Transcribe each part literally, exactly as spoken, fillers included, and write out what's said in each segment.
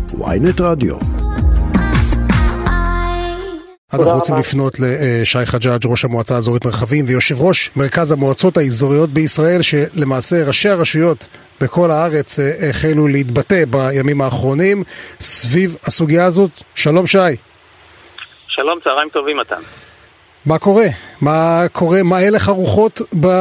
ynet רדיו. אנחנו רוצים לפנות לשי חג'אג', ראש המועצה האזורית מרחבים ויושב ראש מרכז המועצות האזוריות בישראל, שלמעשה ראשי הרשויות בכל הארץ החלו להתבטא בימים האחרונים סביב הסוגיה הזאת. שלום שי. שלום, צהריים טובים מתן. מה קורה? מה קורה? מה הלך הרוחות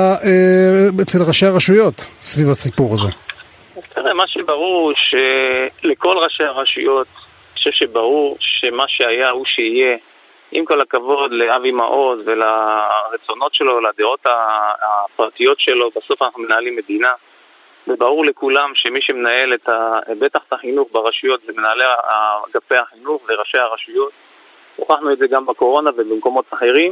אצל ראשי הרשויות סביב הסיפור הזה? תראה, מה שברור שלכל ראשי הרשויות, אני חושב שברור שמה שהיה הוא שיהיה, עם כל הכבוד לאבי מעוז ולרצונות שלו, לדעות הפרטיות שלו, בסוף אנחנו מנהלים מדינה, וברור לכולם שמי שמנהל את בטח החינוך ברשויות זה מנהלי אגפי החינוך וראשי הרשויות. הוכחנו את זה גם בקורונה ובמקומות אחרים,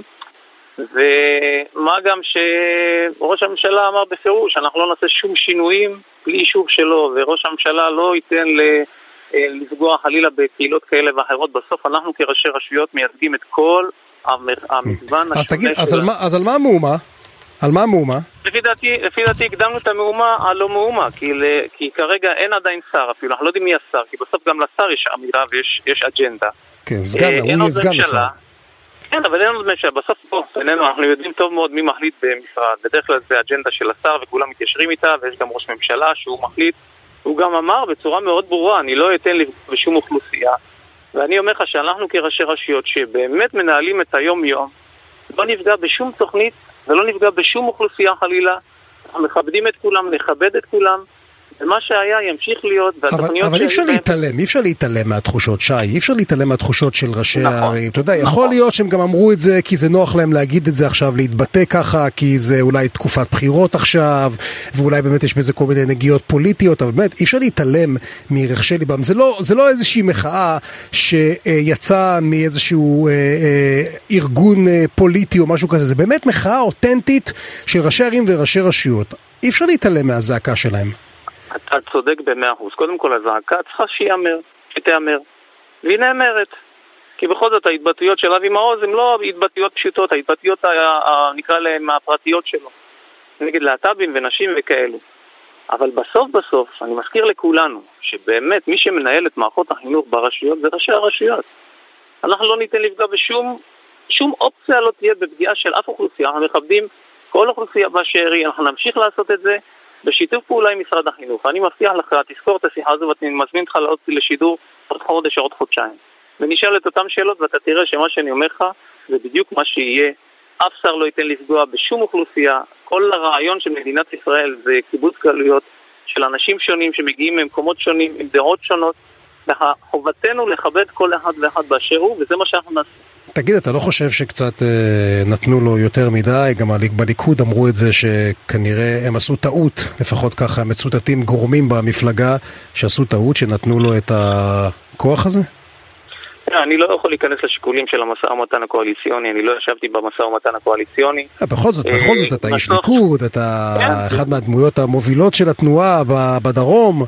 ומה גם שראש הממשלה אמר בפירוש, אנחנו לא נעשה שום שינויים בלי אישור שלו, וראש הממשלה לא ייתן לפגוע חלילה בקהילות כאלה ואחרות. בסוף אנחנו כראשי רשויות מייצגים את כל המגוון. אז תגיד, אז על מה המהומה? על מה המהומה? לפי דעתי, לפי דעתי הקדמנו את המהומה על לא מהומה, כי, כי כרגע אין עדיין שר אפילו, אנחנו לא יודעים מי השר, כי בסוף גם לשר יש אמירה ויש אג'נדה. כן, סגן, הוא יהיה סגן לשר. כן, אבל אין עוד ממשלה. בסוף פה, בינינו, אנחנו יודעים טוב מאוד מי מחליט במשרד. בדרך כלל זה אג'נדה של השר וכולם מתיישרים איתה, ויש גם ראש ממשלה שהוא מחליט. הוא גם אמר בצורה מאוד ברורה, אני לא אתן לפגוע בשום אוכלוסייה. ואני אומר לך שאנחנו כראשי רשויות שבאמת מנהלים את היום-יום, לא נפגע בשום תוכנית ולא נפגע בשום אוכלוסייה חלילה. אנחנו מכבדים את כולם, נכבד את כולם. ומה שהיה ימשיך להיות, אבל, אבל אי אפשר להתעלם, אי אפשר להתעלם מהתחושות, שי, אי אפשר להתעלם מהתחושות של ראשי נכון, הערים. אתה יודע, נכון. יכול להיות שהם גם אמרו את זה כי זה נוח להם להגיד את זה עכשיו, להתבטא ככה, כי זה אולי תקופת בחירות עכשיו, ואולי באמת יש בזה כל מיני נגיעות פוליטיות, אבל באמת אי אפשר להתעלם מרחשי ליבם. זה לא, זה לא איזושהי מחאה שיצא מאיזשהו אה, אה, ארגון אה, פוליטי או משהו כזה, זה באמת מחאה אותנטית של ראשי ערים וראשי רשויות. אי אפשר להתעלם מהזעקה שלהם. אתה צודק במאה אחוז. קודם כל, הזעקה צריכה שיאמר, שתאמר. והיא נאמרת. כי בכל זאת, ההתבטאויות של אבי מעוז הן לא התבטאויות פשוטות, ההתבטאויות, נקרא להן, הפרטיות שלו. נגד להט"בים ונשים וכאלו. אבל בסוף בסוף, אני מזכיר לכולנו, שבאמת מי שמנהל את מערכות החינוך ברשויות, זה ראשי הרשויות. אנחנו לא ניתן לפגוע בשום, שום אופציה לא תהיה בפגיעה של אף אוכלוסייה. אנחנו מכבדים כל אוכלוסייה באשר היא, אנחנו נמשיך לעשות את זה, בשיתוף פעולה עם משרד החינוך. אני מבטיח לך, תזכור את השיחה הזו ואני מזמין אותך לעוד לשידור עוד חודש, עוד חודשיים. ונשאל את אותם שאלות ואתה תראה שמה שאני אומר לך זה בדיוק מה שיהיה. אף שר לא ייתן לפגוע בשום אוכלוסייה. כל הרעיון של מדינת ישראל זה קיבוץ גלויות של אנשים שונים שמגיעים ממקומות שונים, עם דעות שונות. חובתנו לכבד כל אחד ואחד באשר הוא, וזה מה שאנחנו נעשה. תגיד, אתה לא חושב שקצת אה, נתנו לו יותר מדי? גם בליכוד אמרו את זה שכנראה הם עשו טעות, לפחות ככה מצוטטים גורמים במפלגה שעשו טעות, שנתנו לו את הכוח הזה? אני לא יכול להיכנס לשיקולים של המשא ומתן הקואליציוני, אני לא ישבתי במשא ומתן הקואליציוני. בכל זאת, בכל זאת, אתה איש ליכוד, אתה אחד מהדמויות המובילות של התנועה בדרום.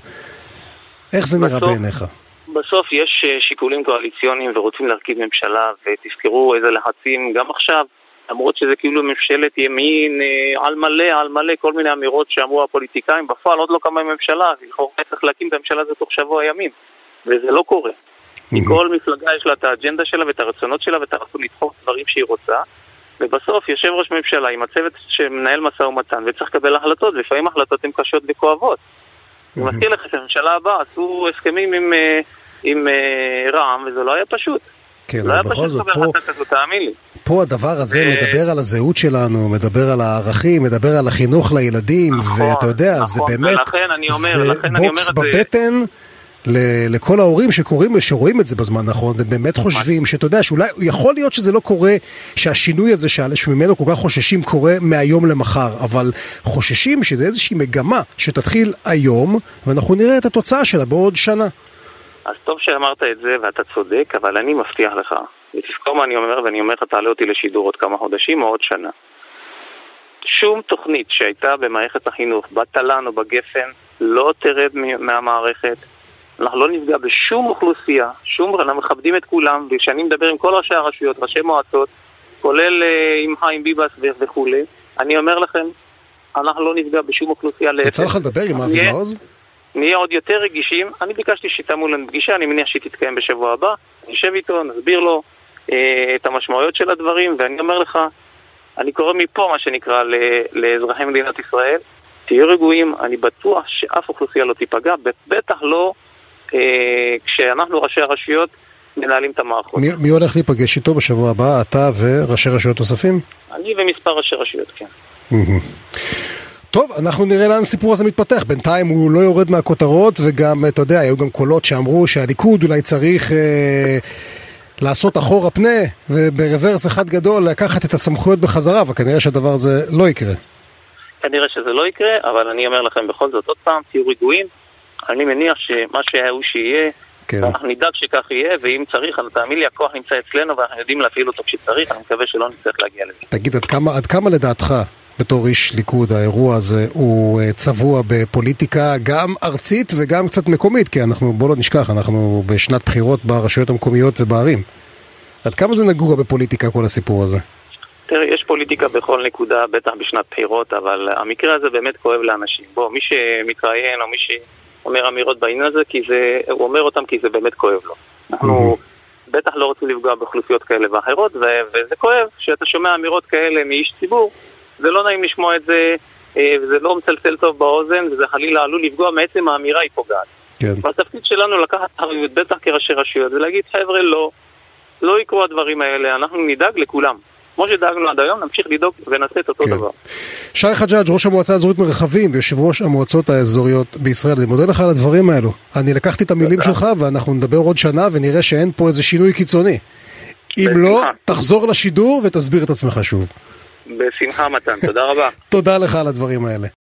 איך זה נראה בעיניך? בסוף יש שיקולים קואליציוניים ורוצים להרכיב ממשלה, ותזכרו איזה לחצים גם עכשיו, למרות שזה כאילו ממשלת ימין על מלא, על מלא, כל מיני אמירות שאמרו הפוליטיקאים, בפועל עוד לא קמה ממשלה, ולכאורה צריך להקים את הממשלה הזאת תוך שבוע ימים, וזה לא קורה. כי כל מפלגה יש לה את האג'נדה שלה ואת הרצונות שלה, ואת הרצון לדחוף דברים שהיא רוצה, ובסוף יושב ראש ממשלה עם הצוות שמנהל משא ומתן, וצריך לקבל החלטות, ולפעמים החלטות הן קשות וכואבות. אני מזכיר לך שהממשלה הבאה עשו הסכמים עם עם רע"מ, וזה לא היה פשוט. כן, אבל בכל זאת, פה הדבר הזה מדבר על הזהות שלנו, מדבר על הערכים, מדבר על החינוך לילדים, ואתה יודע, זה באמת, זה בוקס בבטן לכל ההורים שקוראים שרואים את זה בזמן האחרון, ובאמת חושבים שאתה יודע, שאולי יכול להיות שזה לא קורה, שהשינוי הזה שממנו כל כך חוששים קורה מהיום למחר, אבל חוששים שזה איזושהי מגמה שתתחיל היום, ואנחנו נראה את התוצאה שלה בעוד שנה. אז טוב שאמרת את זה, ואתה צודק, אבל אני מבטיח לך, ותזכור מה אני אומר, ואני אומר לך, תעלה אותי לשידור עוד כמה חודשים או עוד שנה. שום תוכנית שהייתה במערכת החינוך, בתל"ן או בגפן, לא תרד מהמערכת. אנחנו לא נפגע בשום אוכלוסייה, שום, אנחנו מכבדים את כולם, וכשאני מדבר עם כל ראשי הרשויות, ראשי מועצות, כולל עם חיים ביבס וכו', אני אומר לכם, אנחנו לא נפגע בשום אוכלוסייה. יצא לך לדבר עם אבי מעוז? נהיה עוד יותר רגישים. אני ביקשתי שתאמו לנו פגישה, אני מניח שהיא תתקיים בשבוע הבא, נשב איתו, נסביר לו אה, את המשמעויות של הדברים, ואני אומר לך, אני קורא מפה מה שנקרא לאזרחי מדינת ישראל, תהיו רגועים, אני בטוח שאף אוכלוסייה לא תיפגע, בטח לא אה, כשאנחנו ראשי הרשויות מנהלים את המערכות. מי, מי הולך להיפגש איתו בשבוע הבא, אתה וראשי רשויות נוספים? אני ומספר ראשי רשויות, כן. טוב, אנחנו נראה לאן הסיפור הזה מתפתח. בינתיים הוא לא יורד מהכותרות, וגם, אתה יודע, היו גם קולות שאמרו שהליכוד אולי צריך אה, לעשות אחורה פנה, וברוורס אחד גדול לקחת את הסמכויות בחזרה, וכנראה שהדבר הזה לא יקרה. כנראה שזה לא יקרה, אבל אני אומר לכם בכל זאת עוד פעם, תהיו רגועים. אני מניח שמה שהוא שיהיה, כן. אנחנו נדאג שכך יהיה, ואם צריך, אני תאמין לי, הכוח נמצא אצלנו, ואנחנו יודעים להפעיל אותו כשצריך, אני מקווה שלא נצטרך להגיע לזה. תגיד, עד כמה, עד כמה לדעתך, בתור איש ליכוד, האירוע הזה הוא צבוע בפוליטיקה גם ארצית וגם קצת מקומית, כי אנחנו, בוא לא נשכח, אנחנו בשנת בחירות ברשויות המקומיות ובערים. עד כמה זה נגוע בפוליטיקה כל הסיפור הזה? תראה, יש פוליטיקה בכל נקודה, בטח בשנת בחירות, אבל המקרה הזה באמת כואב לאנשים. בוא, מי שמתראיין או מי שאומר אמירות בעניין הזה, כי זה, הוא אומר אותם כי זה באמת כואב לו. אנחנו בטח לא רוצים לפגוע באוכלוסיות כאלה ואחרות, ו- וזה כואב שאתה שומע אמירות כאלה מאיש ציבור, זה לא נעים לשמוע את זה, וזה לא מצלצל טוב באוזן, וזה חלילה עלול לפגוע, מעצם האמירה היא פוגעת. כן. והתפקיד שלנו לקחת אחריות, בטח כראשי רשויות, ולהגיד, חבר'ה, לא, לא יקרו הדברים האלה, אנחנו נדאג לכולם. כמו שדאגנו עד היום, נמשיך לדאוג ונעשה את אותו כן. דבר. שי חג'אג', ראש המועצה האזורית מרחבים, ויושב ראש המועצות האזוריות בישראל, אני מודה לך על הדברים האלו. אני לקחתי את המילים שלך, ואנחנו נדבר עוד שנה, ונראה שאין פה איזה שינוי קיצוני. אם לא, תחזור לשידור ותסביר את עצמך שוב. בשמחה מתן, תודה רבה. תודה לך על הדברים האלה.